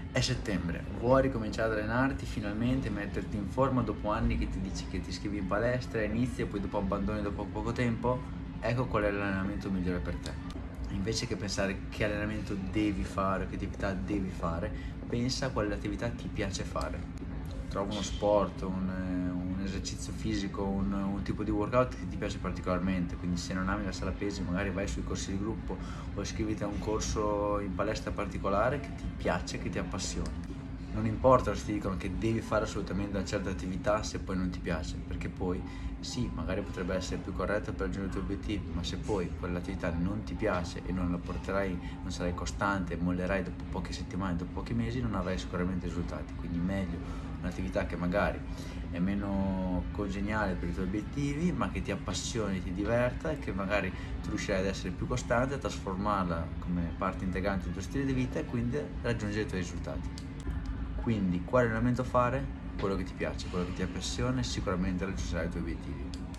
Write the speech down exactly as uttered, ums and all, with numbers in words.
È settembre, vuoi ricominciare ad allenarti finalmente, metterti in forma dopo anni che ti dici che ti iscrivi in palestra, inizi e poi dopo abbandoni dopo poco tempo? Ecco qual è l'allenamento migliore per te. Invece che pensare che allenamento devi fare, che attività devi fare, pensa a quale attività ti piace fare. Trova uno sport, un, eh, un esercizio fisico, un, un tipo di workout che ti piace particolarmente, quindi se non ami la sala pesi magari vai sui corsi di gruppo o iscriviti a un corso in palestra particolare che ti piace, che ti appassiona. Non importa se ti dicono che devi fare assolutamente una certa attività se poi non ti piace, perché poi sì, magari potrebbe essere più corretta per raggiungere i tuoi obiettivi, ma se poi quell'attività non ti piace e non la porterai, non sarai costante, mollerai dopo poche settimane, dopo pochi mesi, non avrai sicuramente risultati. Quindi meglio un'attività che magari è meno congeniale per i tuoi obiettivi, ma che ti appassioni, ti diverta e che magari tu riuscirai ad essere più costante, a trasformarla come parte integrante del tuo stile di vita e quindi raggiungere i tuoi risultati. Quindi, quale allenamento fare? Quello che ti piace, quello che ti appassiona e sicuramente raggiungerai i tuoi obiettivi.